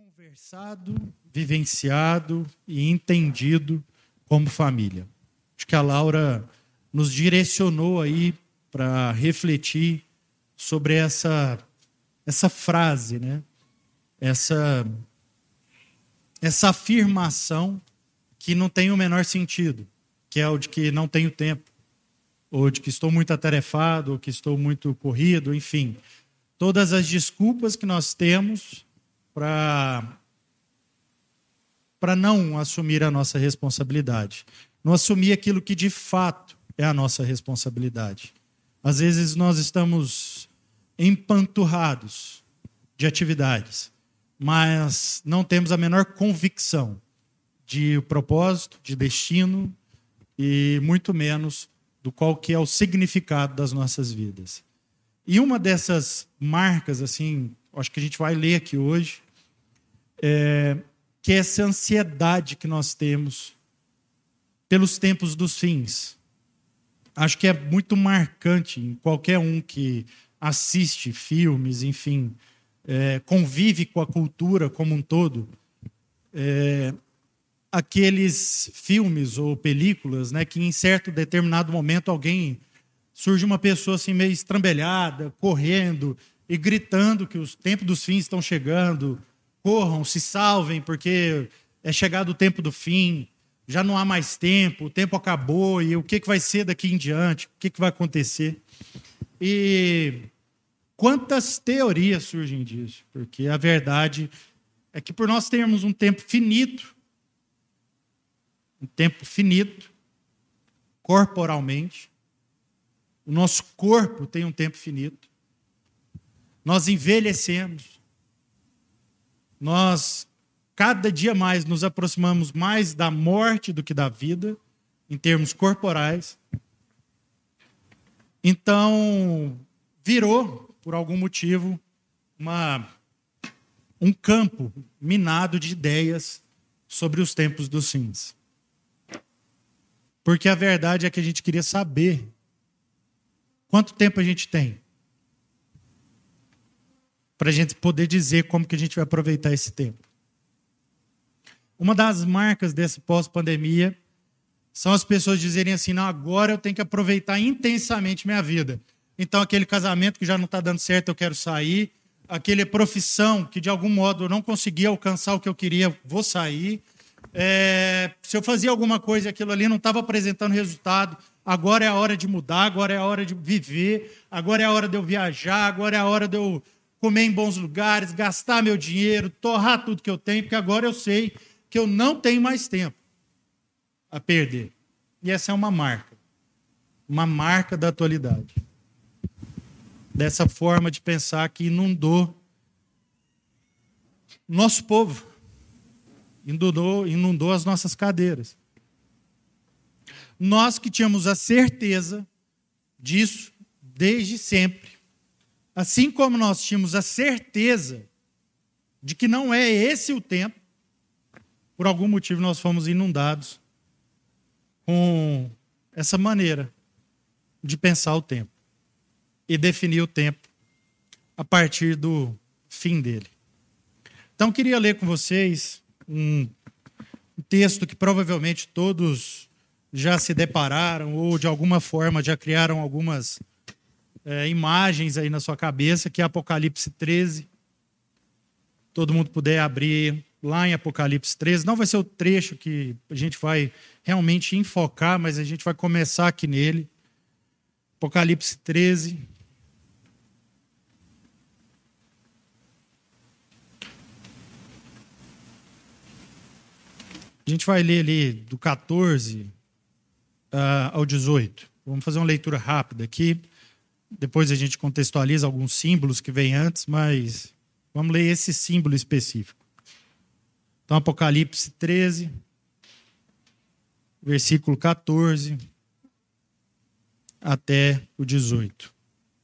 conversado, vivenciado e entendido como família. Acho que a Laura nos direcionou aí para refletir sobre essa frase, né? Essa afirmação que não tem o menor sentido, que é o de que não tenho tempo, ou de que estou muito atarefado, ou que estou muito corrido, enfim. Todas as desculpas que nós temos para não assumir a nossa responsabilidade. Não assumir aquilo que de fato é a nossa responsabilidade. Às vezes nós estamos empanturrados de atividades, mas não temos a menor convicção de propósito, de destino e muito menos do qual que é o significado das nossas vidas. E uma dessas marcas, assim, acho que a gente vai ler aqui hoje, que é essa ansiedade que nós temos pelos tempos dos fins. Acho que é muito marcante em qualquer um que assiste filmes, enfim, convive com a cultura como um todo, aqueles filmes ou películas, né, que em certo determinado momento surge uma pessoa assim meio estrambelhada, correndo e gritando que os tempos dos fins estão chegando, corram, se salvem, porque é chegado o tempo do fim, já não há mais tempo, o tempo acabou, e o que vai ser daqui em diante, o que vai acontecer. E quantas teorias surgem disso, porque a verdade é que por nós termos um tempo finito, corporalmente, o nosso corpo tem um tempo finito, nós envelhecemos, nós cada dia mais nos aproximamos mais da morte do que da vida, em termos corporais. Então, virou, por algum motivo, um campo minado de ideias sobre os tempos dos fins. Porque a verdade é que a gente queria saber quanto tempo a gente tem para a gente poder dizer como que a gente vai aproveitar esse tempo. Uma das marcas dessa pós-pandemia são as pessoas dizerem assim, não, agora eu tenho que aproveitar intensamente minha vida. Então, aquele casamento que já não está dando certo, eu quero sair. Aquela profissão que, de algum modo, eu não consegui alcançar o que eu queria, vou sair. Se eu fazia alguma coisa e aquilo ali não estava apresentando resultado, agora é a hora de mudar, agora é a hora de viver, agora é a hora de eu viajar, agora é a hora de eu comer em bons lugares, gastar meu dinheiro, torrar tudo que eu tenho, porque agora eu sei que eu não tenho mais tempo a perder. E essa é uma marca da atualidade. Dessa forma de pensar que inundou nosso povo, inundou as nossas cadeiras. Nós que tínhamos a certeza disso desde sempre, assim como nós tínhamos a certeza de que não é esse o tempo, por algum motivo nós fomos inundados com essa maneira de pensar o tempo e definir o tempo a partir do fim dele. Então, queria ler com vocês um texto que provavelmente todos já se depararam ou, de alguma forma, já criaram algumas imagens aí na sua cabeça, que é Apocalipse 13. Todo mundo puder abrir lá em Apocalipse 13. Não vai ser o trecho que a gente vai realmente enfocar, mas a gente vai começar aqui nele. Apocalipse 13. A gente vai ler ali do 14 ao 18. Vamos fazer uma leitura rápida aqui. Depois a gente contextualiza alguns símbolos que vêm antes, mas vamos ler esse símbolo específico. Então, Apocalipse 13, versículo 14 até o 18.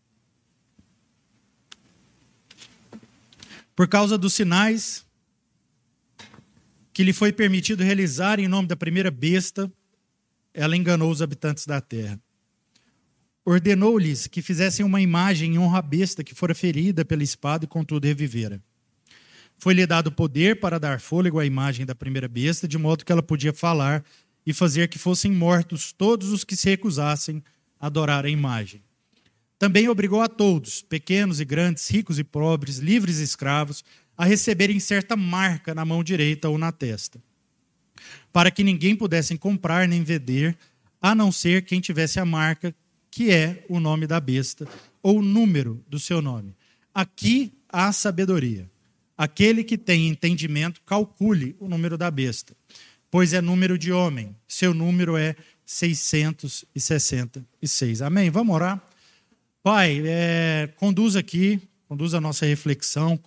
Por causa dos sinais que lhe foi permitido realizar em nome da primeira besta, ela enganou os habitantes da terra. Ordenou-lhes que fizessem uma imagem em honra à besta que fora ferida pela espada e contudo revivera. Foi-lhe dado poder para dar fôlego à imagem da primeira besta, de modo que ela podia falar e fazer que fossem mortos todos os que se recusassem a adorar a imagem. Também obrigou a todos, pequenos e grandes, ricos e pobres, livres e escravos, a receberem certa marca na mão direita ou na testa, para que ninguém pudesse comprar nem vender, a não ser quem tivesse a marca, que é o nome da besta, ou o número do seu nome. Aqui há sabedoria. Aquele que tem entendimento, calcule o número da besta, pois é número de homem. Seu número é 666. Amém? Vamos orar? Pai, conduz a nossa reflexão,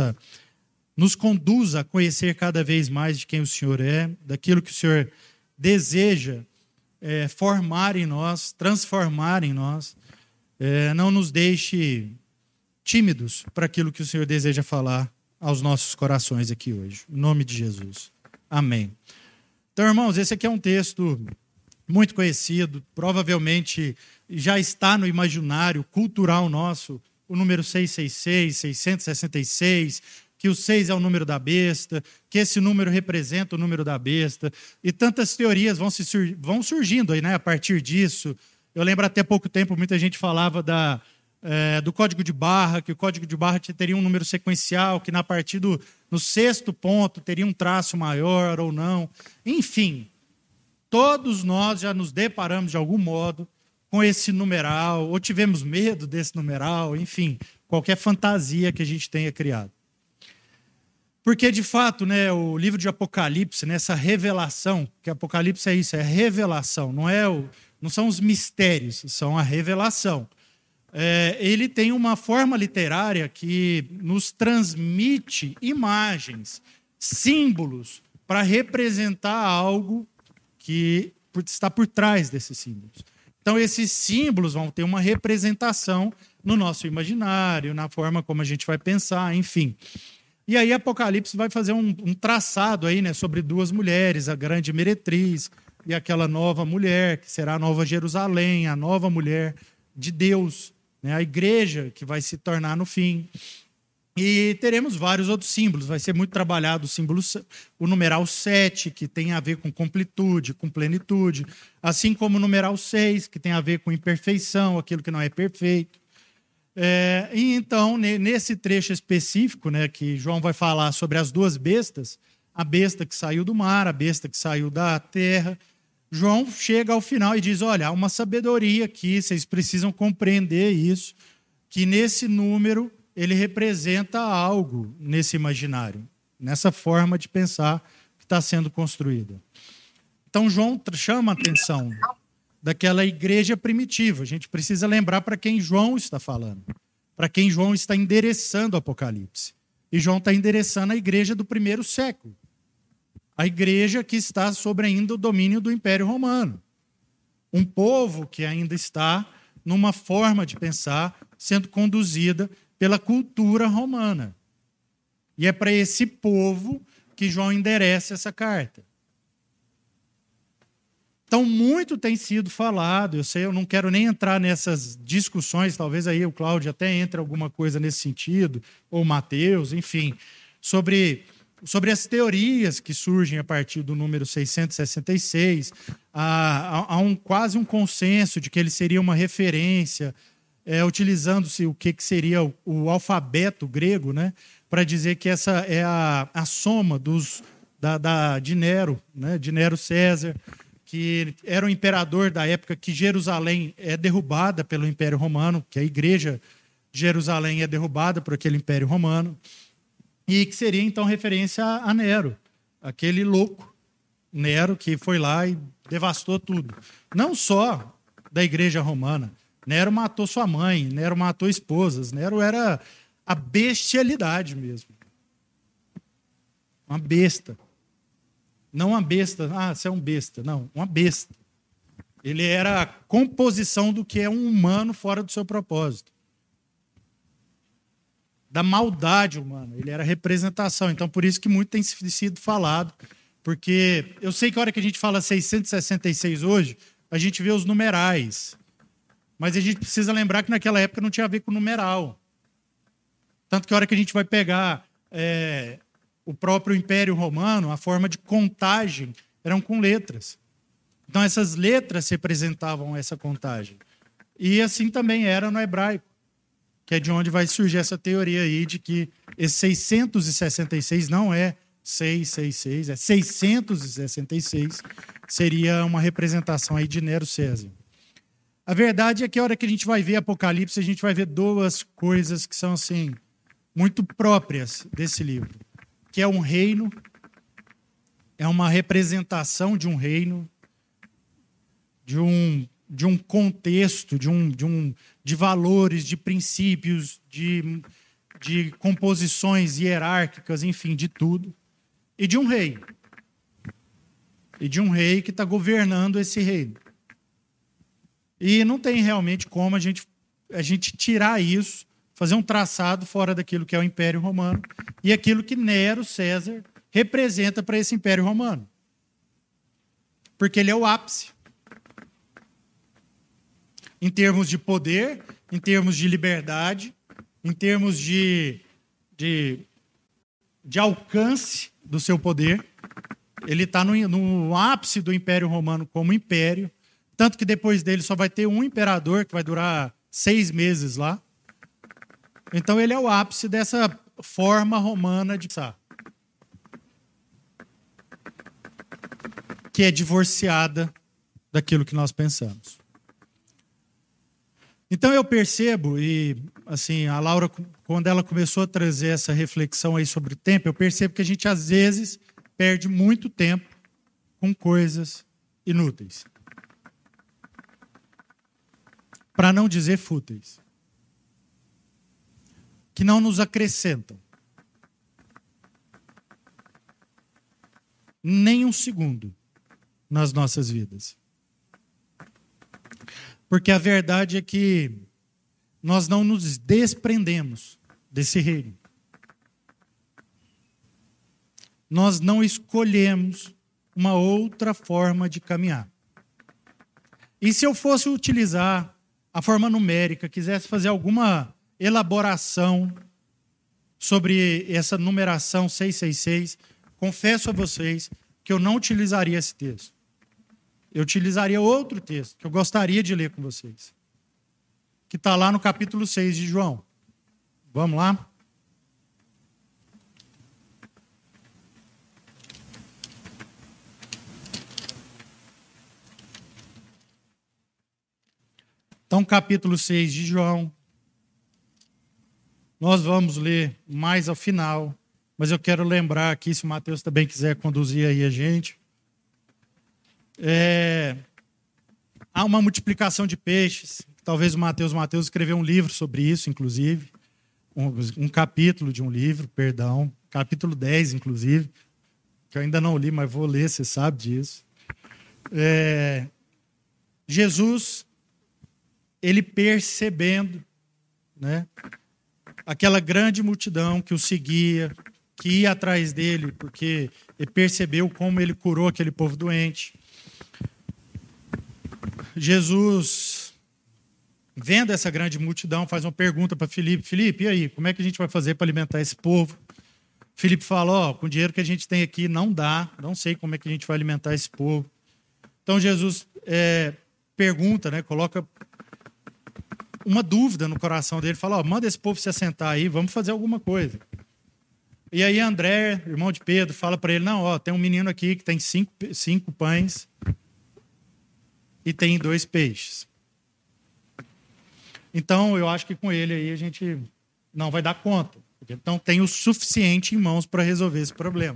nos conduza a conhecer cada vez mais de quem o Senhor é, daquilo que o Senhor deseja formar em nós, transformar em nós. Não nos deixe tímidos para aquilo que o Senhor deseja falar aos nossos corações aqui hoje. Em nome de Jesus. Amém. Então, irmãos, esse aqui é um texto muito conhecido, provavelmente já está no imaginário cultural nosso, o número 666, 666, que o 6 é o número da besta, que esse número representa o número da besta, e tantas teorias vão surgindo aí, né, a partir disso. Eu lembro até pouco tempo, muita gente falava do código de barra, que o código de barra teria um número sequencial, que na partir no sexto ponto teria um traço maior ou não. Enfim, todos nós já nos deparamos de algum modo com esse numeral, ou tivemos medo desse numeral, enfim, qualquer fantasia que a gente tenha criado. Porque, de fato, né, o livro de Apocalipse, nessa revelação, que Apocalipse é isso, é revelação, não são os mistérios, são a revelação. Ele tem uma forma literária que nos transmite imagens, símbolos, para representar algo que está por trás desses símbolos. Então, esses símbolos vão ter uma representação no nosso imaginário, na forma como a gente vai pensar, enfim. E aí Apocalipse vai fazer um traçado aí, né, sobre duas mulheres, a grande meretriz e aquela nova mulher, que será a nova Jerusalém, a nova mulher de Deus, né, a igreja que vai se tornar no fim. E teremos vários outros símbolos, vai ser muito trabalhado o numeral 7, que tem a ver com completude, com plenitude, assim como o numeral 6, que tem a ver com imperfeição, aquilo que não é perfeito. E então, nesse trecho específico, né, que João vai falar sobre as duas bestas, a besta que saiu do mar, a besta que saiu da terra, João chega ao final e diz, olha, há uma sabedoria aqui, vocês precisam compreender isso, que nesse número ele representa algo nesse imaginário, nessa forma de pensar que está sendo construída. Então, João chama a atenção daquela igreja primitiva. A gente precisa lembrar para quem João está falando, para quem João está endereçando o Apocalipse. E João está endereçando a igreja do primeiro século, a igreja que está sob ainda o domínio do Império Romano. Um povo que ainda está numa forma de pensar sendo conduzida pela cultura romana. E é para esse povo que João endereça essa carta. Então, muito tem sido falado, eu não quero nem entrar nessas discussões, talvez aí o Cláudio até entre alguma coisa nesse sentido, ou o Mateus, enfim, sobre as teorias que surgem a partir do número 666. Há quase um consenso de que ele seria uma referência, utilizando-se o que seria o alfabeto grego, né, para dizer que essa é a soma de Nero, né, de Nero César, que era o imperador da época que Jerusalém é derrubada pelo Império Romano, que a igreja de Jerusalém é derrubada por aquele Império Romano, e que seria então referência a Nero, aquele louco Nero que foi lá e devastou tudo. Não só da igreja romana. Nero matou sua mãe, Nero matou esposas, Nero era a bestialidade mesmo. Uma besta. Não uma besta, você é um besta. Não, uma besta. Ele era a composição do que é um humano fora do seu propósito. Da maldade humana. Ele era a representação. Então, por isso que muito tem sido falado. Porque eu sei que a hora que a gente fala 666 hoje, a gente vê os numerais. Mas a gente precisa lembrar que naquela época não tinha a ver com numeral. Tanto que a hora que a gente vai pegar o próprio Império Romano, a forma de contagem eram com letras. Então, essas letras representavam essa contagem. E assim também era no hebraico, que é de onde vai surgir essa teoria aí de que esse 666 não é 666, é 666, seria uma representação aí de Nero César. A verdade é que a hora que a gente vai ver Apocalipse, a gente vai ver duas coisas que são assim muito próprias desse livro, que é um reino, é uma representação de um reino, de um contexto, de valores, de princípios, de composições hierárquicas, enfim, de tudo, e de um rei. E de um rei que está governando esse reino. E não tem realmente como a gente tirar isso, fazer um traçado fora daquilo que é o Império Romano e aquilo que Nero César representa para esse Império Romano. Porque ele é o ápice. Em termos de poder, em termos de liberdade, em termos de alcance do seu poder. Ele está no ápice do Império Romano como império, tanto que depois dele só vai ter um imperador, que vai durar 6 meses lá. Então ele é o ápice dessa forma romana de pensar, que é divorciada daquilo que nós pensamos. Então eu percebo, e assim, a Laura, quando ela começou a trazer essa reflexão aí sobre o tempo, eu percebo que a gente às vezes perde muito tempo com coisas inúteis. Para não dizer fúteis. Que não nos acrescentam. Nem um segundo nas nossas vidas. Porque a verdade é que nós não nos desprendemos desse reino. Nós não escolhemos uma outra forma de caminhar. E se eu fosse utilizar a forma numérica, quisesse fazer alguma elaboração sobre essa numeração 666, confesso a vocês que eu não utilizaria esse texto. Eu utilizaria outro texto que eu gostaria de ler com vocês, que está lá no capítulo 6 de João. Vamos lá? Então, capítulo 6 de João. Nós vamos ler mais ao final, mas eu quero lembrar aqui, se o Mateus também quiser conduzir aí a gente. Há uma multiplicação de peixes. Talvez o Mateus escreveu um livro sobre isso, inclusive. Um capítulo de um livro, perdão. Capítulo 10, inclusive. Que eu ainda não li, mas vou ler, você sabe disso. Jesus, ele percebendo, né, aquela grande multidão que o seguia, que ia atrás dele, porque ele percebeu como ele curou aquele povo doente. Jesus, vendo essa grande multidão, faz uma pergunta para Filipe. Filipe, e aí, como é que a gente vai fazer para alimentar esse povo? Filipe fala, com o dinheiro que a gente tem aqui não dá, não sei como é que a gente vai alimentar esse povo. Então Jesus pergunta, né, coloca uma dúvida no coração dele, fala, manda esse povo se assentar aí, vamos fazer alguma coisa. E aí André, irmão de Pedro, fala para ele, não, tem um menino aqui que tem 5 pães e tem 2 peixes. Então, eu acho que com ele aí a gente não vai dar conta. Porque então tem o suficiente em mãos para resolver esse problema.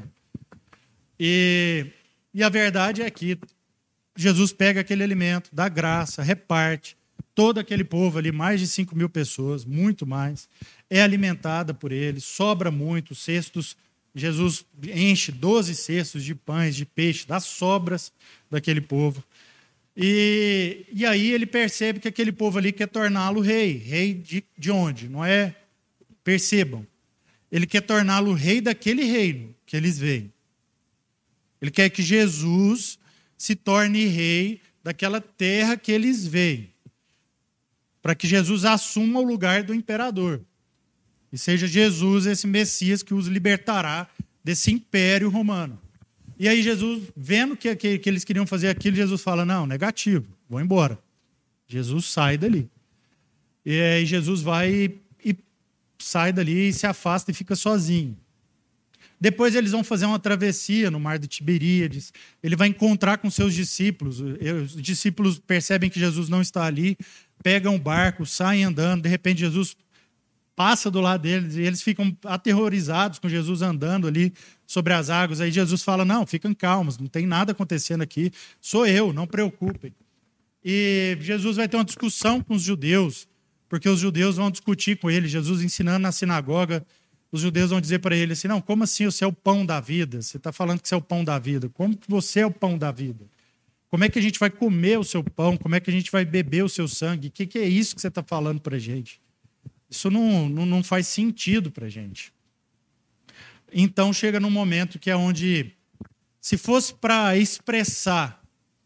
E a verdade é que Jesus pega aquele alimento, dá graça, reparte. Todo aquele povo ali, mais de 5.000 pessoas, muito mais, é alimentada por ele, sobra muito, cestos. Jesus enche 12 cestos de pães, de peixe, das sobras daquele povo. E aí ele percebe que aquele povo ali quer torná-lo rei. Rei de onde? Não é? Percebam. Ele quer torná-lo rei daquele reino que eles veem. Ele quer que Jesus se torne rei daquela terra que eles veem. Para que Jesus assuma o lugar do imperador. e seja Jesus esse Messias que os libertará desse império romano. E aí Jesus, vendo que eles queriam fazer aquilo, Jesus fala, não, negativo, vou embora. Jesus sai dali. E aí Jesus vai e sai dali e se afasta e fica sozinho. Depois eles vão fazer uma travessia no mar de Tiberíades. Ele vai encontrar com seus discípulos. Os discípulos percebem que Jesus não está ali, pegam o barco, saem andando. De repente Jesus passa do lado deles e eles ficam aterrorizados com Jesus andando ali sobre as águas. Aí Jesus fala, não, fiquem calmos, não tem nada acontecendo aqui. Sou eu, não preocupem. E Jesus vai ter uma discussão com os judeus, porque os judeus vão discutir com ele. Jesus ensinando na sinagoga, os judeus vão dizer para ele assim, não, como assim você é o pão da vida? Você está falando que você é o pão da vida. Como que você é o pão da vida? Como é que a gente vai comer o seu pão? Como é que a gente vai beber o seu sangue? O que é isso que você está falando para a gente? Isso não faz sentido para a gente. Então chega num momento que é onde, se fosse para expressar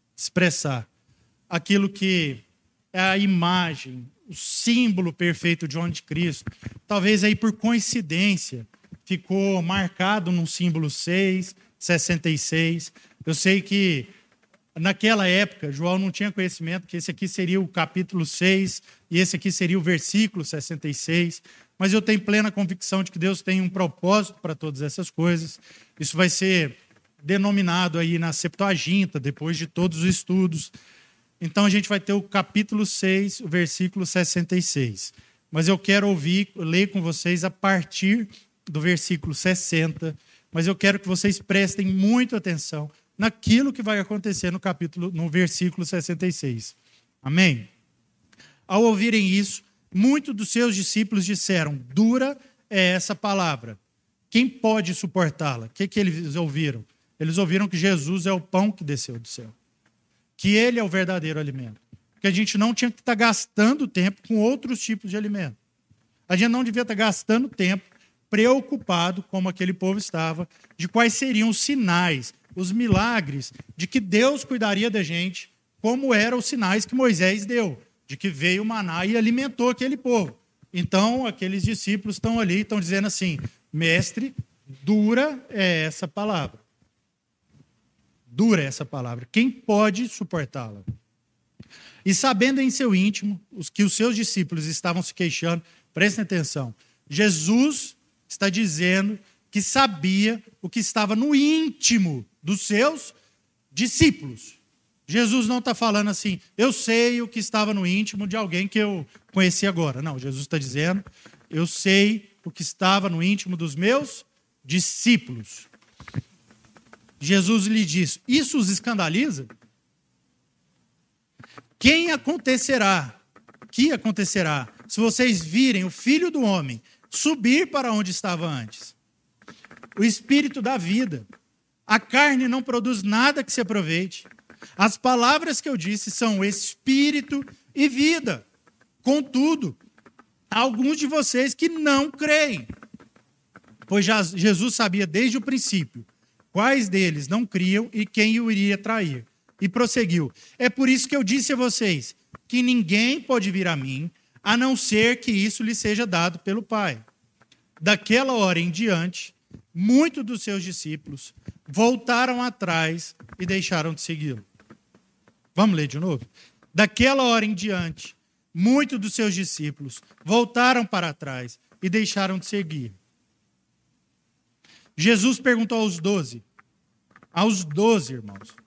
aquilo que é a imagem, o símbolo perfeito de anticristo, talvez aí por coincidência ficou marcado num símbolo 666. Eu sei que naquela época João não tinha conhecimento que esse aqui seria o capítulo 6 e esse aqui seria o versículo 66, mas eu tenho plena convicção de que Deus tem um propósito para todas essas coisas. Isso vai ser denominado aí na Septuaginta, depois de todos os estudos. Então a gente vai ter o capítulo 6, o versículo 66. Mas eu quero ler com vocês a partir do versículo 60, mas eu quero que vocês prestem muita atenção naquilo que vai acontecer no versículo 66. Amém? Ao ouvirem isso, muitos dos seus discípulos disseram, dura é essa palavra. Quem pode suportá-la? O que eles ouviram? Eles ouviram que Jesus é o pão que desceu do céu. Que ele é o verdadeiro alimento. Que a gente não tinha que estar gastando tempo com outros tipos de alimento. A gente não devia estar gastando tempo preocupado, como aquele povo estava, de quais seriam os sinais, os milagres, de que Deus cuidaria da gente, como eram os sinais que Moisés deu, de que veio o maná e alimentou aquele povo. Então, aqueles discípulos estão ali, estão dizendo assim, mestre, dura é essa palavra. Dura essa palavra. Quem pode suportá-la? E sabendo em seu íntimo que os seus discípulos estavam se queixando, prestem atenção, Jesus está dizendo que sabia o que estava no íntimo dos seus discípulos. Jesus não está falando assim, eu sei o que estava no íntimo de alguém que eu conheci agora. Não, Jesus está dizendo, eu sei o que estava no íntimo dos meus discípulos. Jesus lhe disse, isso os escandaliza? Que acontecerá se vocês virem o Filho do Homem subir para onde estava antes? O Espírito da vida. A carne não produz nada que se aproveite. As palavras que eu disse são Espírito e vida. Contudo, há alguns de vocês que não creem. Pois Jesus sabia desde o princípio quais deles não criam e quem o iria trair. E prosseguiu. É por isso que eu disse a vocês que ninguém pode vir a mim, a não ser que isso lhe seja dado pelo Pai. Daquela hora em diante, muitos dos seus discípulos voltaram atrás e deixaram de segui-lo. Vamos ler de novo? Daquela hora em diante, muitos dos seus discípulos voltaram para trás e deixaram de seguir. Jesus perguntou aos 12, irmãos.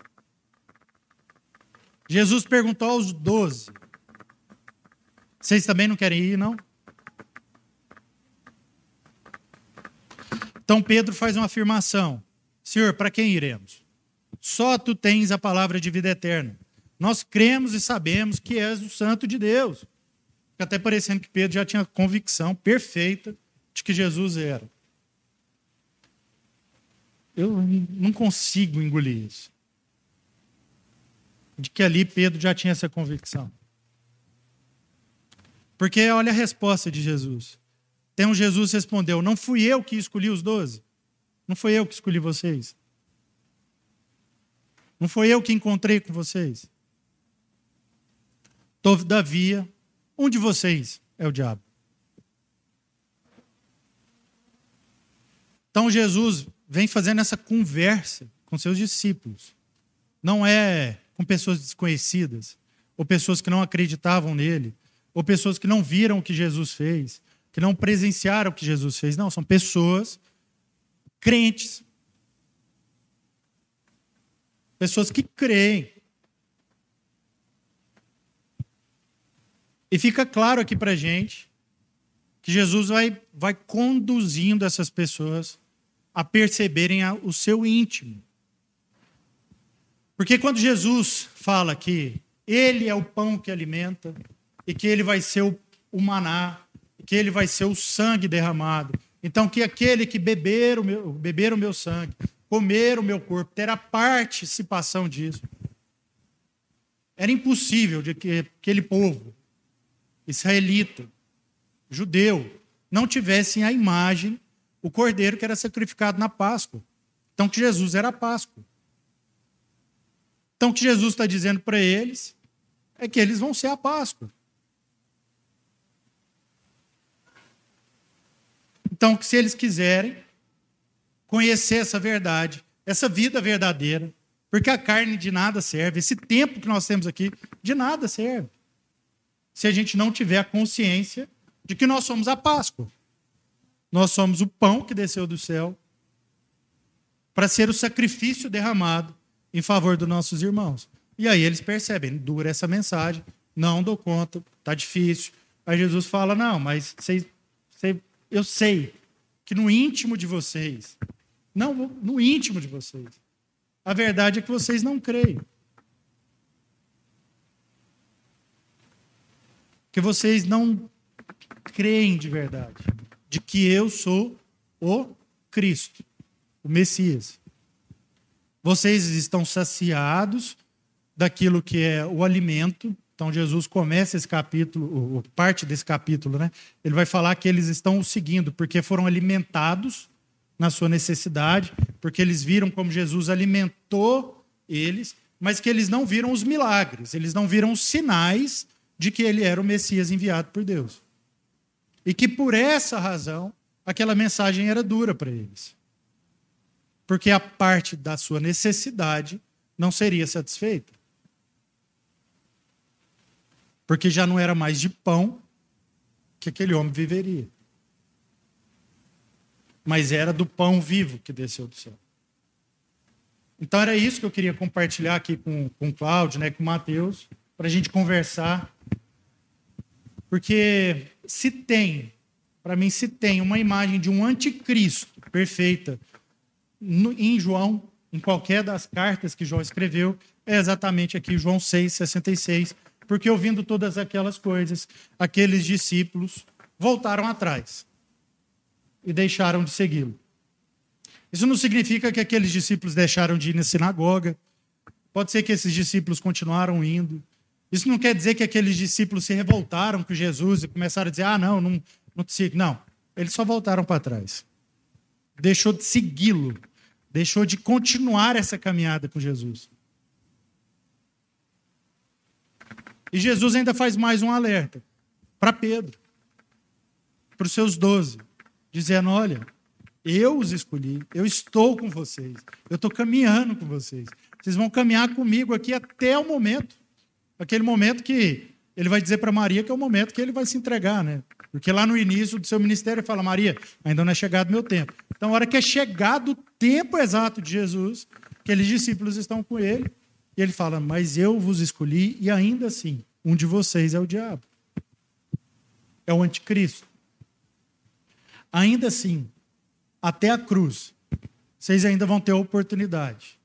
Jesus perguntou aos 12, vocês também não querem ir, não? Então Pedro faz uma afirmação, Senhor, para quem iremos? Só tu tens a palavra de vida eterna. Nós cremos e sabemos que és o Santo de Deus. Fica até parecendo que Pedro já tinha convicção perfeita de que Jesus era. Eu não consigo engolir isso. De que ali Pedro já tinha essa convicção. Porque olha a resposta de Jesus. Então Jesus respondeu, não fui eu que escolhi os 12? Não foi eu que escolhi vocês? Não foi eu que encontrei com vocês? Todavia, um de vocês é o diabo. Então Jesus vem fazendo essa conversa com seus discípulos. Não é com pessoas desconhecidas, ou pessoas que não acreditavam nele, ou pessoas que não viram o que Jesus fez, que não presenciaram o que Jesus fez. Não, são pessoas crentes. Pessoas que creem. E fica claro aqui para a gente que Jesus vai conduzindo essas pessoas a perceberem o seu íntimo. Porque quando Jesus fala que Ele é o pão que alimenta, e que Ele vai ser o maná, que Ele vai ser o sangue derramado, então que aquele que beber o meu sangue, comer o meu corpo, terá participação disso. Era impossível de que aquele povo israelita, judeu, não tivessem a imagem, o cordeiro que era sacrificado na Páscoa. Então que Jesus era a Páscoa. Então o que Jesus está dizendo para eles é que eles vão ser a Páscoa. Então, que se eles quiserem conhecer essa verdade, essa vida verdadeira, porque a carne de nada serve, esse tempo que nós temos aqui, de nada serve, se a gente não tiver a consciência de que nós somos a Páscoa. Nós somos o pão que desceu do céu para ser o sacrifício derramado em favor dos nossos irmãos. E aí eles percebem, dura essa mensagem, não dou conta, está difícil. Aí Jesus fala, não, mas eu sei que no íntimo de vocês, não, no íntimo de vocês, a verdade é que vocês não creem. Que vocês não creem de verdade, de que eu sou o Cristo, o Messias. Vocês estão saciados daquilo que é o alimento. Então Jesus começa esse capítulo, parte desse capítulo, né? Ele vai falar que eles estão o seguindo, porque foram alimentados na sua necessidade, porque eles viram como Jesus alimentou eles, mas que eles não viram os milagres, eles não viram os sinais de que ele era o Messias enviado por Deus. E que por essa razão, aquela mensagem era dura para eles. Porque a parte da sua necessidade não seria satisfeita. Porque já não era mais de pão que aquele homem viveria. Mas era do pão vivo que desceu do céu. Então era isso que eu queria compartilhar aqui com o Cláudio, né, com o Mateus, para a gente conversar. Porque para mim, se tem uma imagem de um anticristo perfeita em João, em qualquer das cartas que João escreveu, é exatamente aqui, João 6,66, porque ouvindo todas aquelas coisas, aqueles discípulos voltaram atrás e deixaram de segui-lo. Isso não significa que aqueles discípulos deixaram de ir na sinagoga. Pode ser que esses discípulos continuaram indo. Isso não quer dizer que aqueles discípulos se revoltaram com Jesus e começaram a dizer, não te sigo. Não, eles só voltaram para trás. Deixou de segui-lo. Deixou de continuar essa caminhada com Jesus. E Jesus ainda faz mais um alerta para Pedro, para os seus 12, dizendo, olha, eu os escolhi, eu estou com vocês, eu estou caminhando com vocês. Vocês vão caminhar comigo aqui até o momento, aquele momento que ele vai dizer para Maria que é o momento que ele vai se entregar, né? Porque lá no início do seu ministério ele fala, Maria, ainda não é chegado o meu tempo. Então, a hora que é chegado o tempo exato de Jesus, aqueles discípulos estão com ele, e ele fala, mas eu vos escolhi e ainda assim, um de vocês é o diabo. É o anticristo. Ainda assim, até a cruz, vocês ainda vão ter a oportunidade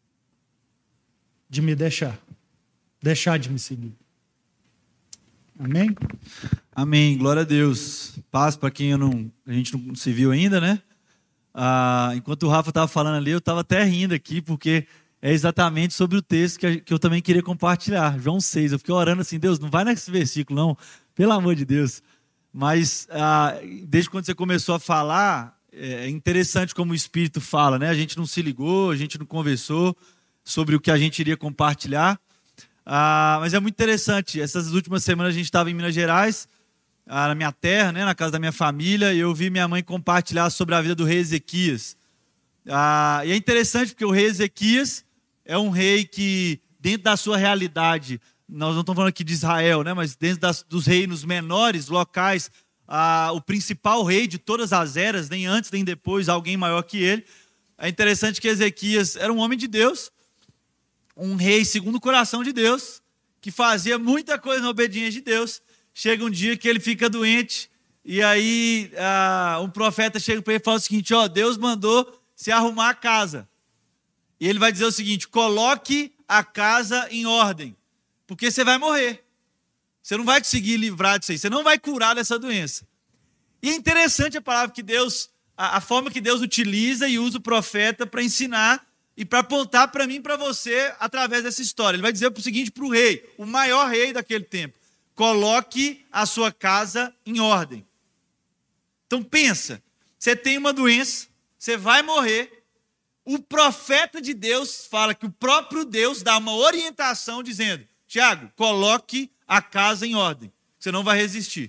de me deixar de me seguir. Amém? Amém, glória a Deus. Paz para quem a gente não se viu ainda, né? Enquanto o Rafa estava falando ali, eu estava até rindo aqui, porque é exatamente sobre o texto que eu também queria compartilhar. João 6, eu fiquei orando assim, Deus, não vai nesse versículo não, pelo amor de Deus. Mas desde quando você começou a falar, é interessante como o Espírito fala, né? A gente não se ligou, a gente não conversou sobre o que a gente iria compartilhar. Mas é muito interessante. Essas últimas semanas a gente estava em Minas Gerais na minha terra, né, na casa da minha família, e eu vi minha mãe compartilhar sobre a vida do rei Ezequias. E é interessante porque o rei Ezequias é um rei que, dentro da sua realidade, nós não estamos falando aqui de Israel, né, mas dentro dos reinos menores, locais, o principal rei de todas as eras, nem antes nem depois, alguém maior que ele. É interessante que Ezequias era um homem de Deus, um rei segundo o coração de Deus, que fazia muita coisa na obediência de Deus. Chega um dia que ele fica doente, e aí um profeta chega para ele e fala o seguinte: Deus mandou se arrumar a casa. E ele vai dizer o seguinte: coloque a casa em ordem, porque você vai morrer. Você não vai conseguir livrar disso aí, você não vai curar dessa doença. E é interessante a palavra que Deus, a forma que Deus utiliza e usa o profeta para ensinar e para apontar para mim e para você através dessa história. Ele vai dizer o seguinte para o rei, o maior rei daquele tempo: coloque a sua casa em ordem. Então pensa, você tem uma doença, você vai morrer. O profeta de Deus fala que o próprio Deus dá uma orientação dizendo: Tiago, coloque a casa em ordem, você não vai resistir.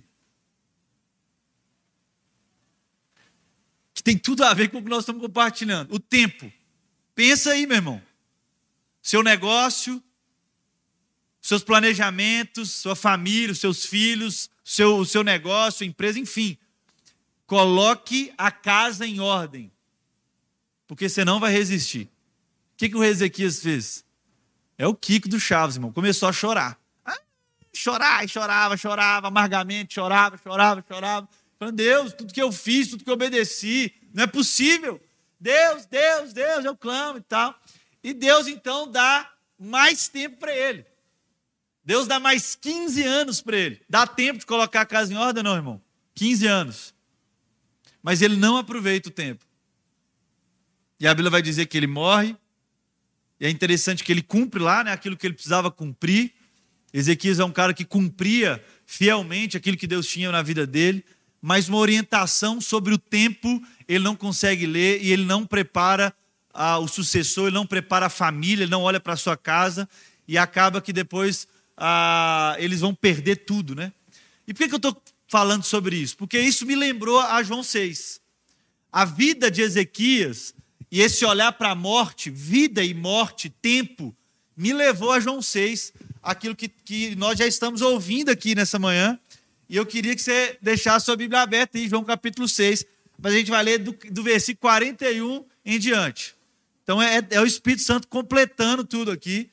Que tem tudo a ver com o que nós estamos compartilhando. O tempo. Pensa aí, meu irmão. Seu negócio, seus planejamentos, sua família, os seus filhos, o seu negócio, sua empresa, enfim. Coloque a casa em ordem, porque você não vai resistir. O que o rei Ezequias fez? É o Kiko do Chaves, irmão. Começou a chorar. Chorar, e chorava amargamente, chorava. Falando: Deus, tudo que eu fiz, tudo que eu obedeci, não é possível. Deus, eu clamo e tal. E Deus então dá mais tempo para ele. Deus dá mais 15 anos para ele. Dá tempo de colocar a casa em ordem, não, irmão? 15 anos. Mas ele não aproveita o tempo. E a Bíblia vai dizer que ele morre. E é interessante que ele cumpre lá, né, aquilo que ele precisava cumprir. Ezequias é um cara que cumpria fielmente aquilo que Deus tinha na vida dele, mas uma orientação sobre o tempo ele não consegue ler, e ele não prepara o sucessor, ele não prepara a família, ele não olha para a sua casa, e acaba que depois eles vão perder tudo, né? E por que eu estou falando sobre isso? Porque isso me lembrou a João 6. A vida de Ezequias e esse olhar para a morte, vida e morte, tempo, me levou a João 6, aquilo que nós já estamos ouvindo aqui nessa manhã. E eu queria que você deixasse sua Bíblia aberta em João capítulo 6, mas a gente vai ler do versículo 41 em diante. Então é o Espírito Santo completando tudo aqui.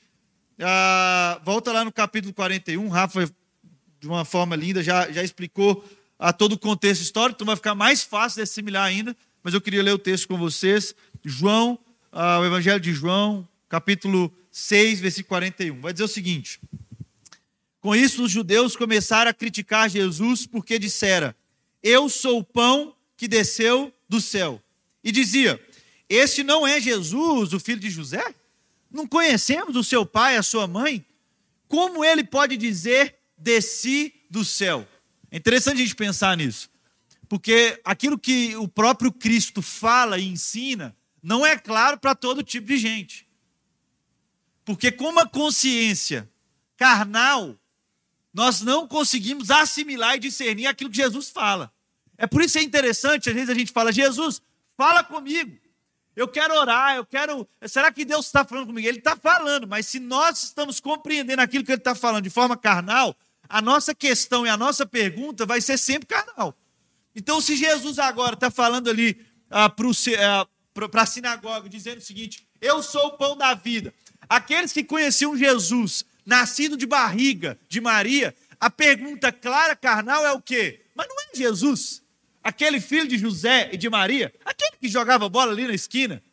Volta lá no capítulo 41, Rafa, de uma forma linda, já explicou todo o contexto histórico, então vai ficar mais fácil de assimilar ainda, mas eu queria ler o texto com vocês. João, o Evangelho de João, capítulo 6, versículo 41. Vai dizer o seguinte: com isso os judeus começaram a criticar Jesus porque dissera: eu sou o pão que desceu do céu. E dizia: este não é Jesus, o filho de José? Não conhecemos o seu pai e a sua mãe? Como ele pode dizer: desci do céu? É interessante a gente pensar nisso, porque aquilo que o próprio Cristo fala e ensina não é claro para todo tipo de gente. Porque com uma consciência carnal, nós não conseguimos assimilar e discernir aquilo que Jesus fala. É por isso que é interessante, às vezes a gente fala: Jesus, fala comigo. Eu quero orar, será que Deus está falando comigo? Ele está falando, mas se nós estamos compreendendo aquilo que Ele está falando de forma carnal, a nossa questão e a nossa pergunta vai ser sempre carnal. Então, se Jesus agora está falando ali para a sinagoga, dizendo o seguinte: eu sou o pão da vida. Aqueles que conheciam Jesus, nascido de barriga de Maria, a pergunta clara, carnal, é o quê? Mas não é Jesus, aquele filho de José e de Maria, aquele que jogava bola ali na esquina,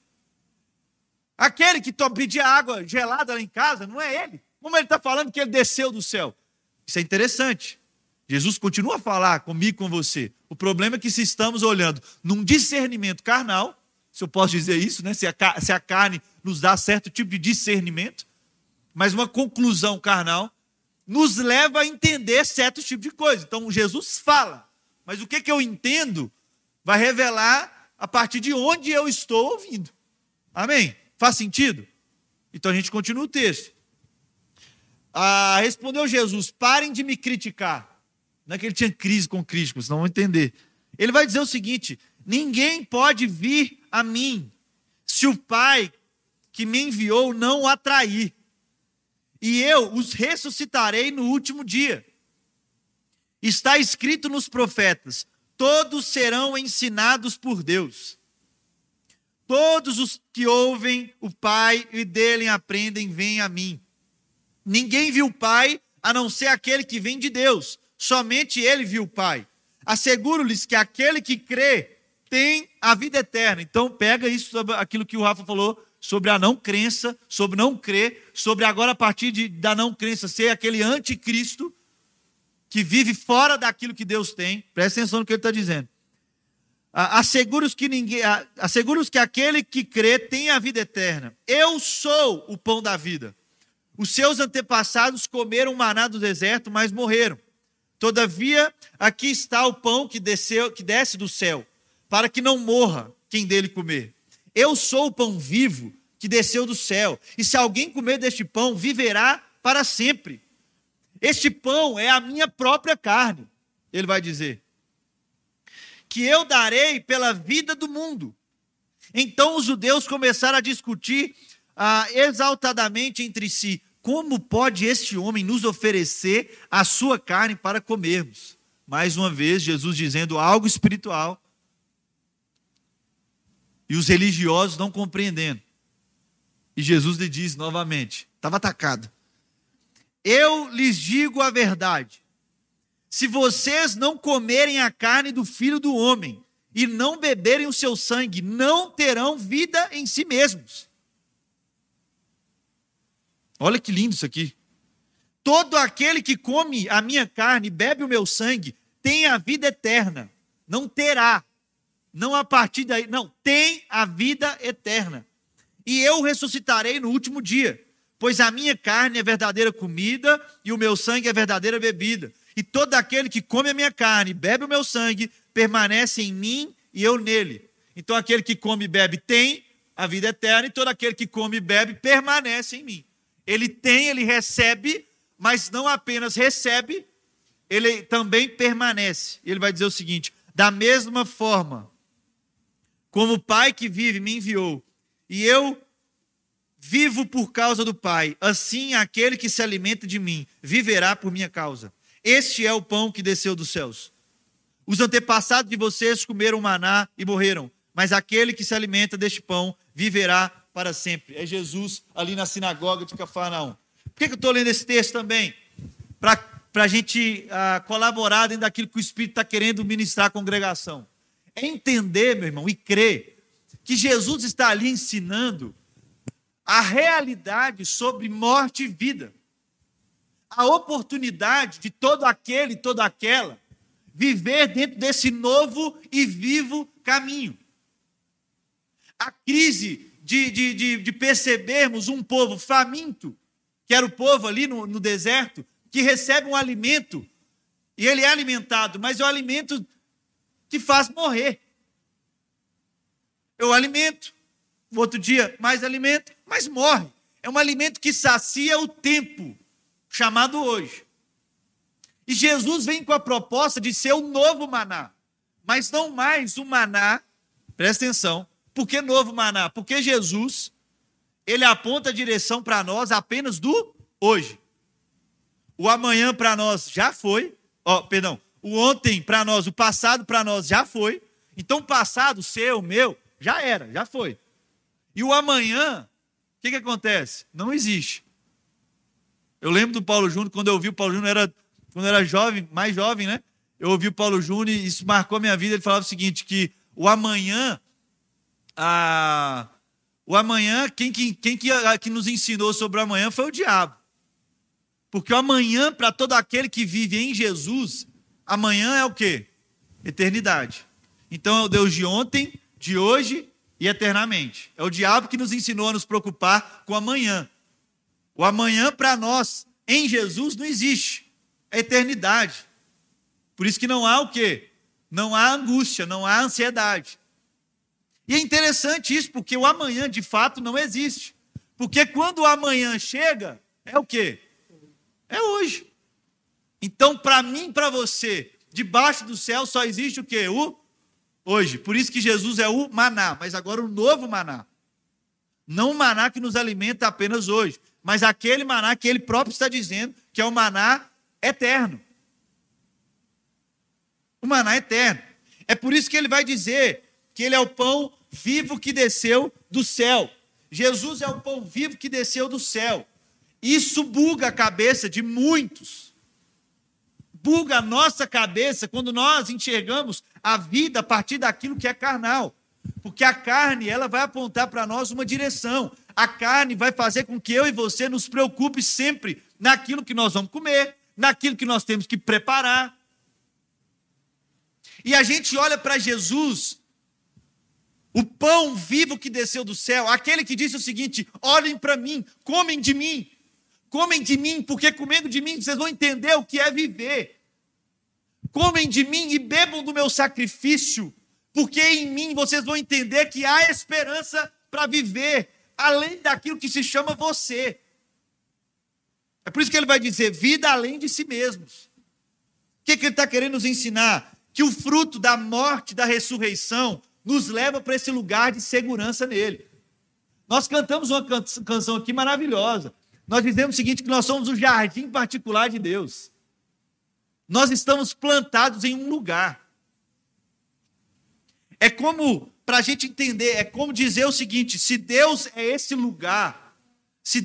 aquele que pedia água gelada lá em casa, não é ele? Como ele está falando que ele desceu do céu? Isso é interessante. Jesus continua a falar comigo, com você. O problema é que se estamos olhando num discernimento carnal, se eu posso dizer isso, né? Se a carne nos dá certo tipo de discernimento, mas uma conclusão carnal nos leva a entender certos tipos de coisa. Então Jesus fala, mas o que eu entendo vai revelar a partir de onde eu estou ouvindo. Amém? Faz sentido? Então a gente continua o texto. Respondeu Jesus: parem de me criticar. Não é que ele tinha crise com Cristo, senão vão entender. Ele vai dizer o seguinte: ninguém pode vir a mim se o Pai que me enviou não o atrair. E eu os ressuscitarei no último dia. Está escrito nos profetas: todos serão ensinados por Deus. Todos os que ouvem o Pai e dele aprendem, vêm a mim. Ninguém viu o Pai a não ser aquele que vem de Deus. Somente ele viu o Pai. Asseguro-lhes que aquele que crê tem a vida eterna. Então pega isso sobre aquilo que o Rafa falou, sobre a não crença, sobre não crer, sobre agora a partir da não crença ser aquele anticristo que vive fora daquilo que Deus tem. Presta atenção no que ele está dizendo. Asseguro-os que aquele que crê tem a vida eterna. Eu sou o pão da vida. Os seus antepassados comeram maná do deserto, mas morreram. Todavia, aqui está o pão que desce do céu, para que não morra quem dele comer. Eu sou o pão vivo que desceu do céu, e se alguém comer deste pão, viverá para sempre. Este pão é a minha própria carne, ele vai dizer, que eu darei pela vida do mundo. Então os judeus começaram a discutir exaltadamente entre si: como pode este homem nos oferecer a sua carne para comermos? Mais uma vez, Jesus dizendo algo espiritual, e os religiosos não compreendendo. E Jesus lhe diz novamente, estava atacado: eu lhes digo a verdade, se vocês não comerem a carne do Filho do Homem e não beberem o seu sangue, não terão vida em si mesmos. Olha que lindo isso aqui. Todo aquele que come a minha carne e bebe o meu sangue tem a vida eterna. Não terá. Não a partir daí. Não, tem a vida eterna. E eu ressuscitarei no último dia. Pois a minha carne é verdadeira comida e o meu sangue é verdadeira bebida. E todo aquele que come a minha carne e bebe o meu sangue permanece em mim e eu nele. Então aquele que come e bebe tem a vida eterna, e todo aquele que come e bebe permanece em mim. Ele tem, ele recebe, mas não apenas recebe, ele também permanece. Ele vai dizer o seguinte: da mesma forma como o Pai que vive me enviou, e eu vivo por causa do Pai, assim aquele que se alimenta de mim viverá por minha causa. Este é o pão que desceu dos céus. Os antepassados de vocês comeram maná e morreram, mas aquele que se alimenta deste pão viverá para sempre. É Jesus ali na sinagoga de Cafarnaum. Por que eu estou lendo esse texto também? Para a gente colaborar dentro daquilo que o Espírito está querendo ministrar à congregação. É entender, meu irmão, e crer que Jesus está ali ensinando a realidade sobre morte e vida. A oportunidade de todo aquele e toda aquela viver dentro desse novo e vivo caminho. A crise de percebermos um povo faminto, que era o povo ali no deserto, que recebe um alimento, e ele é alimentado, mas é um alimento que faz morrer. É o alimento, no outro dia mais alimento, mas morre. É um alimento que sacia o tempo, chamado hoje. E Jesus vem com a proposta de ser o novo maná, mas não mais o maná, presta atenção. Por que novo maná? Porque Jesus, ele aponta a direção para nós apenas do hoje. O amanhã para nós já foi, o ontem para nós, o passado para nós já foi. Então o passado, seu, meu, já era, já foi. E o amanhã, o que acontece? Não existe. Eu lembro do Paulo Júnior, quando eu ouvi o Paulo Júnior, quando eu era jovem, mais jovem, né? Eu ouvi o Paulo Júnior e isso marcou a minha vida. Ele falava o seguinte, que o amanhã, quem nos ensinou sobre o amanhã foi o diabo. Porque o amanhã, para todo aquele que vive em Jesus, amanhã é o quê? Eternidade. Então é o Deus de ontem, de hoje e eternamente. É o diabo que nos ensinou a nos preocupar com o amanhã. O amanhã para nós, em Jesus, não existe. É eternidade. Por isso que não há o quê? Não há angústia, não há ansiedade. E é interessante isso, porque o amanhã, de fato, não existe. Porque quando o amanhã chega, é o quê? É hoje. Então, para mim e para você, debaixo do céu só existe o quê? Hoje. Por isso que Jesus é o maná, mas agora o novo maná. Não o maná que nos alimenta apenas hoje, mas aquele maná que ele próprio está dizendo que é o maná eterno. O maná eterno. É por isso que ele vai dizer que ele é o pão vivo que desceu do céu. Jesus é o pão vivo que desceu do céu. Isso buga a cabeça de muitos. Buga a nossa cabeça quando nós enxergamos a vida a partir daquilo que é carnal. Porque a carne, ela vai apontar para nós uma direção. A carne vai fazer com que eu e você nos preocupe sempre naquilo que nós vamos comer, naquilo que nós temos que preparar. E a gente olha para Jesus, o pão vivo que desceu do céu, aquele que disse o seguinte: olhem para mim, comem de mim, porque comendo de mim vocês vão entender o que é viver. Comem de mim e bebam do meu sacrifício, porque em mim vocês vão entender que há esperança para viver, além daquilo que se chama você. É por isso que ele vai dizer, vida além de si mesmos. O que ele está querendo nos ensinar? Que o fruto da morte, da ressurreição, nos leva para esse lugar de segurança nele. Nós cantamos uma canção aqui maravilhosa. Nós dizemos o seguinte, que nós somos o jardim particular de Deus. Nós estamos plantados em um lugar. É como, para a gente entender, é como dizer o seguinte, se Deus é esse lugar, se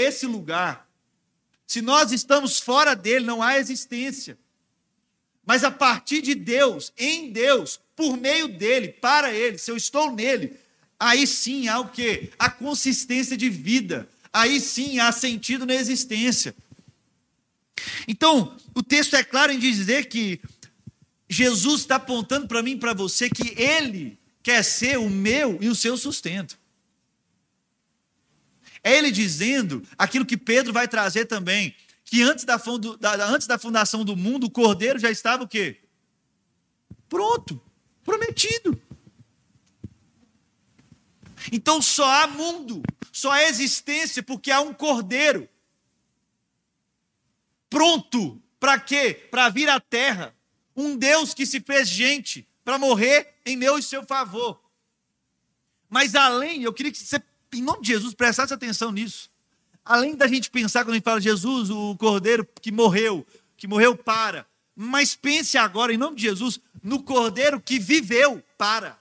nós estamos fora dele, não há existência. Mas a partir de Deus, em Deus, por meio dele, para ele, se eu estou nele, aí sim há o quê? A consistência de vida. Aí sim há sentido na existência. Então, o texto é claro em dizer que Jesus está apontando para mim e para você que ele quer ser o meu e o seu sustento. É ele dizendo aquilo que Pedro vai trazer também, que antes da fundação do mundo, o Cordeiro já estava o quê? Pronto, prometido. Então só há mundo, só há existência porque há um Cordeiro. Pronto, para quê? Para vir à terra. Um Deus que se fez gente, para morrer em meu e seu favor. Mas além, eu queria que você, em nome de Jesus, prestasse atenção nisso. Além da gente pensar, quando a gente fala Jesus, o Cordeiro que morreu para. Mas pense agora, em nome de Jesus, no Cordeiro que viveu para.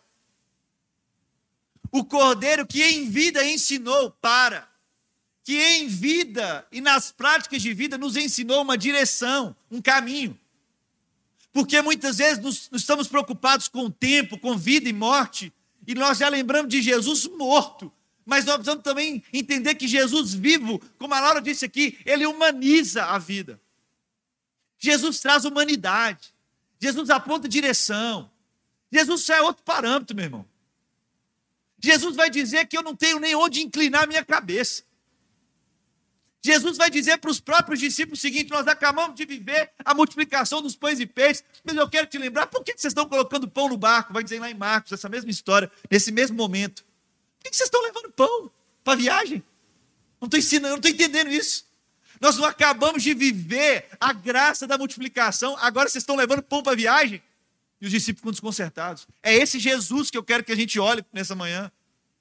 O Cordeiro que em vida ensinou para. Que em vida e nas práticas de vida nos ensinou uma direção, um caminho. Porque muitas vezes nós estamos preocupados com o tempo, com vida e morte, e nós já lembramos de Jesus morto. Mas nós precisamos também entender que Jesus vivo, como a Laura disse aqui, ele humaniza a vida. Jesus traz humanidade. Jesus aponta direção. Jesus já é outro parâmetro, meu irmão. Jesus vai dizer que eu não tenho nem onde inclinar a minha cabeça. Jesus vai dizer para os próprios discípulos o seguinte: nós acabamos de viver a multiplicação dos pães e peixes, mas eu quero te lembrar, por que vocês estão colocando pão no barco? Vai dizer lá em Marcos, essa mesma história, nesse mesmo momento. Por que vocês estão levando pão para a viagem? Não estou ensinando, não estou entendendo isso. Nós não acabamos de viver a graça da multiplicação, agora vocês estão levando pão para a viagem? E os discípulos ficam desconcertados. É esse Jesus que eu quero que a gente olhe nessa manhã.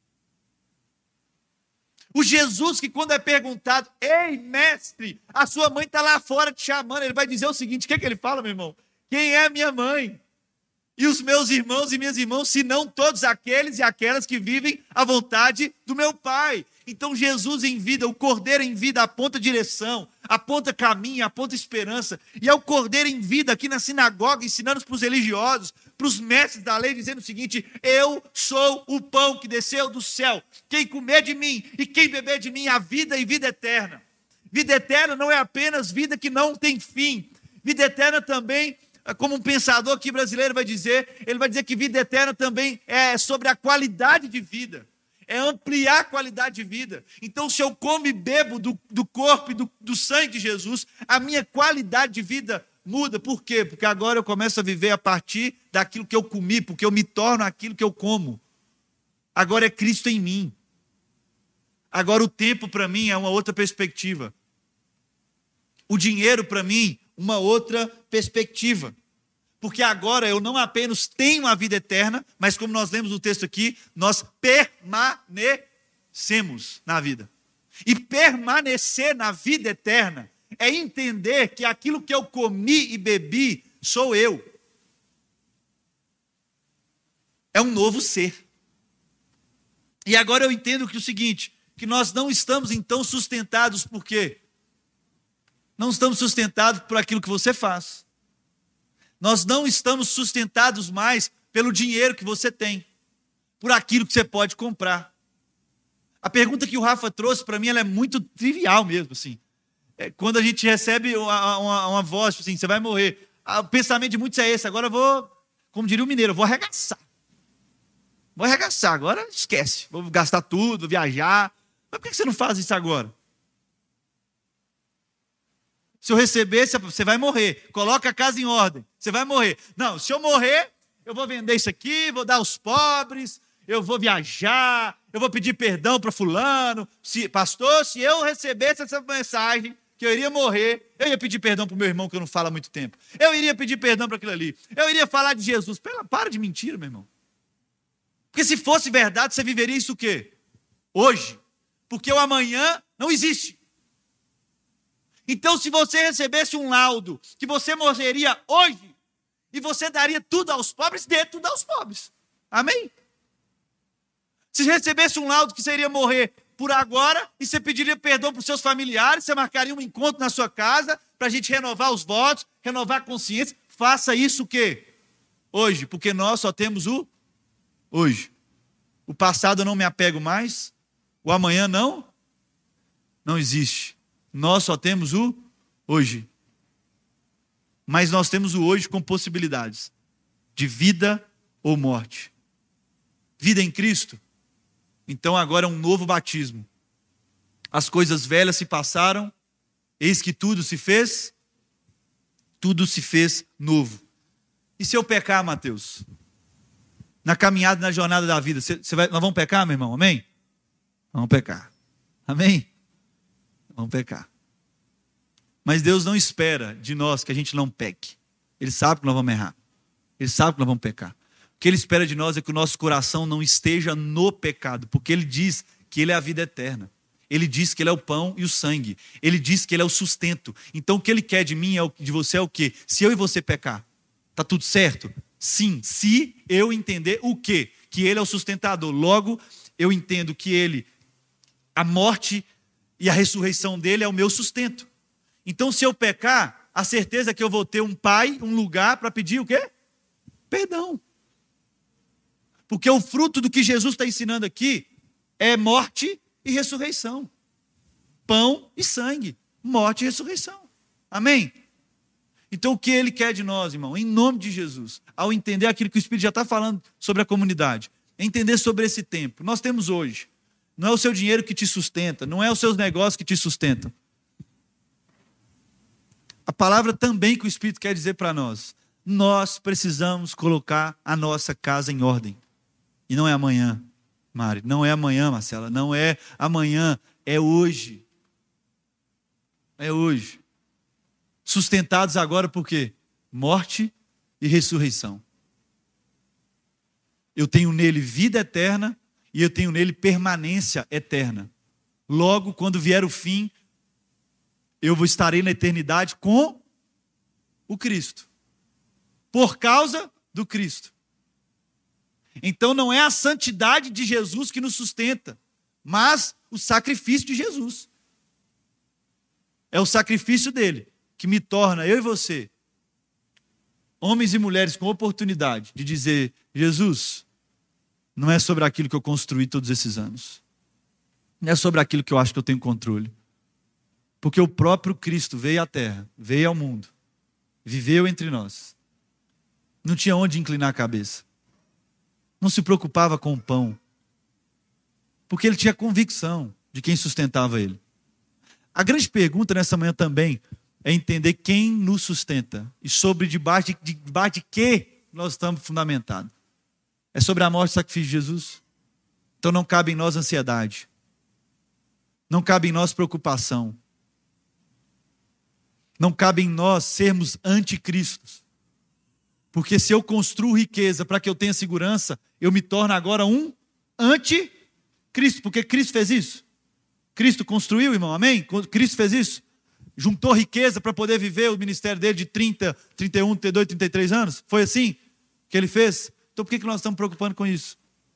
O Jesus que quando é perguntado, ei mestre, a sua mãe está lá fora te chamando, ele vai dizer o seguinte, o que ele fala, meu irmão? Quem é minha mãe? E os meus irmãos e minhas irmãs, senão todos aqueles e aquelas que vivem à vontade do meu Pai. Então Jesus em vida, o Cordeiro em vida aponta direção, aponta caminho, aponta esperança. E é o Cordeiro em vida aqui na sinagoga, ensinando para os religiosos, para os mestres da lei, dizendo o seguinte: eu sou o pão que desceu do céu. Quem comer de mim e quem beber de mim, a vida e vida eterna. Vida eterna não é apenas vida que não tem fim. Vida eterna também, como um pensador aqui brasileiro vai dizer, ele vai dizer que vida eterna também é sobre a qualidade de vida. É ampliar a qualidade de vida. Então, se eu como e bebo do corpo e do sangue de Jesus, a minha qualidade de vida muda. Por quê? Porque agora eu começo a viver a partir daquilo que eu comi, porque eu me torno aquilo que eu como. Agora é Cristo em mim. Agora o tempo para mim é uma outra perspectiva. O dinheiro para mim uma outra perspectiva. Porque agora eu não apenas tenho a vida eterna, mas como nós lemos no texto aqui, nós permanecemos na vida. E permanecer na vida eterna é entender que aquilo que eu comi e bebi sou eu. É um novo ser. E agora eu entendo que o seguinte, que nós não estamos então sustentados por quê? Não estamos sustentados por aquilo que você faz. Nós não estamos sustentados mais pelo dinheiro que você tem, por aquilo que você pode comprar. A pergunta que o Rafa trouxe para mim, ela é muito trivial mesmo, assim. Quando a gente recebe uma voz, assim, você vai morrer. O pensamento de muitos é esse, agora eu vou, como diria o mineiro, eu vou arregaçar. Vou arregaçar, agora esquece. Vou gastar tudo, vou viajar. Mas por que você não faz isso agora? Se eu receber, você vai morrer. Coloca a casa em ordem, você vai morrer. Não, se eu morrer, eu vou vender isso aqui, vou dar aos pobres, eu vou viajar, eu vou pedir perdão para fulano. Pastor, se eu recebesse essa mensagem, que eu iria morrer, eu ia pedir perdão para o meu irmão que eu não falo há muito tempo. Eu iria pedir perdão para aquilo ali. Eu iria falar de Jesus. Para de mentira, meu irmão. Porque se fosse verdade, você viveria isso o quê? Hoje. Porque o amanhã não existe. Então, se você recebesse um laudo que você morreria hoje, e você daria tudo aos pobres, dê tudo aos pobres. Amém? Se recebesse um laudo que você iria morrer por agora, e você pediria perdão para os seus familiares, você marcaria um encontro na sua casa, para a gente renovar os votos, renovar a consciência, faça isso o quê? Hoje, porque nós só temos o hoje. O passado eu não me apego mais, o amanhã não existe. Nós só temos o hoje. Mas nós temos o hoje com possibilidades de vida ou morte. Vida em Cristo. Então agora é um novo batismo. As coisas velhas se passaram, eis que tudo se fez novo. E se eu pecar, Mateus? Na caminhada, na jornada da vida, nós vamos pecar, meu irmão? Amém? Vamos pecar. Amém? Vamos pecar. Mas Deus não espera de nós que a gente não peque. Ele sabe que nós vamos errar. Ele sabe que nós vamos pecar. O que Ele espera de nós é que o nosso coração não esteja no pecado, porque Ele diz que Ele é a vida eterna. Ele diz que Ele é o pão e o sangue. Ele diz que Ele é o sustento. Então o que Ele quer de mim, de você é o quê? Se eu e você pecar, está tudo certo? Sim, se eu entender o quê? Que Ele é o sustentador. Logo, eu entendo que a morte e a ressurreição dele é o meu sustento. Então, se eu pecar, a certeza é que eu vou ter um pai, um lugar para pedir o quê? Perdão. Porque o fruto do que Jesus está ensinando aqui é morte e ressurreição. Pão e sangue. Morte e ressurreição. Amém? Então, o que Ele quer de nós, irmão? Em nome de Jesus, ao entender aquilo que o Espírito já está falando sobre a comunidade, entender sobre esse tempo. Nós temos hoje. Não é o seu dinheiro que te sustenta, não é os seus negócios que te sustentam. A palavra também que o Espírito quer dizer para nós, nós precisamos colocar a nossa casa em ordem. E não é amanhã, Mari, não é amanhã, Marcela, não é amanhã, é hoje. É hoje. Sustentados agora por quê? Morte e ressurreição. Eu tenho nele vida eterna, e eu tenho nele permanência eterna. Logo, quando vier o fim, eu estarei na eternidade com o Cristo. Por causa do Cristo. Então não é a santidade de Jesus que nos sustenta, mas o sacrifício de Jesus. É o sacrifício dele que me torna, eu e você, homens e mulheres com oportunidade de dizer, Jesus, não é sobre aquilo que eu construí todos esses anos. Não é sobre aquilo que eu acho que eu tenho controle. Porque o próprio Cristo veio à terra, veio ao mundo, viveu entre nós. Não tinha onde inclinar a cabeça. Não se preocupava com o pão. Porque ele tinha convicção de quem sustentava ele. A grande pergunta nessa manhã também é entender quem nos sustenta. E sobre debaixo de que nós estamos fundamentados. É sobre a morte e o sacrifício de Jesus. Então não cabe em nós ansiedade. Não cabe em nós preocupação. Não cabe em nós sermos anticristos. Porque se eu construo riqueza para que eu tenha segurança, eu me torno agora um anticristo. Porque Cristo fez isso. Cristo construiu, irmão, amém? Cristo fez isso. Juntou riqueza para poder viver o ministério dele de 30, 31, 32, 33 anos. Foi assim que ele fez. Então por que nós estamos preocupando com isso?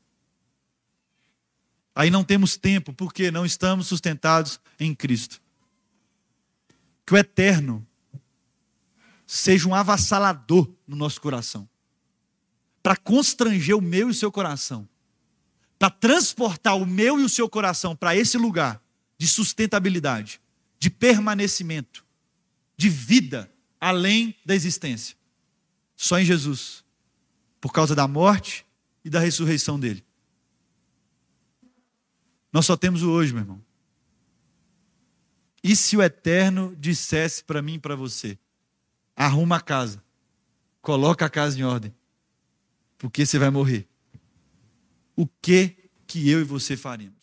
Aí não temos tempo, porque não estamos sustentados em Cristo. Que o eterno seja um avassalador no nosso coração, para constranger o meu e o seu coração, para transportar o meu e o seu coração para esse lugar de sustentabilidade, de permanecimento, de vida além da existência. Só em Jesus, por causa da morte e da ressurreição dele. Nós só temos o hoje, meu irmão. E se o eterno dissesse para mim e para você: arruma a casa, coloca a casa em ordem, porque você vai morrer. O que eu e você faremos?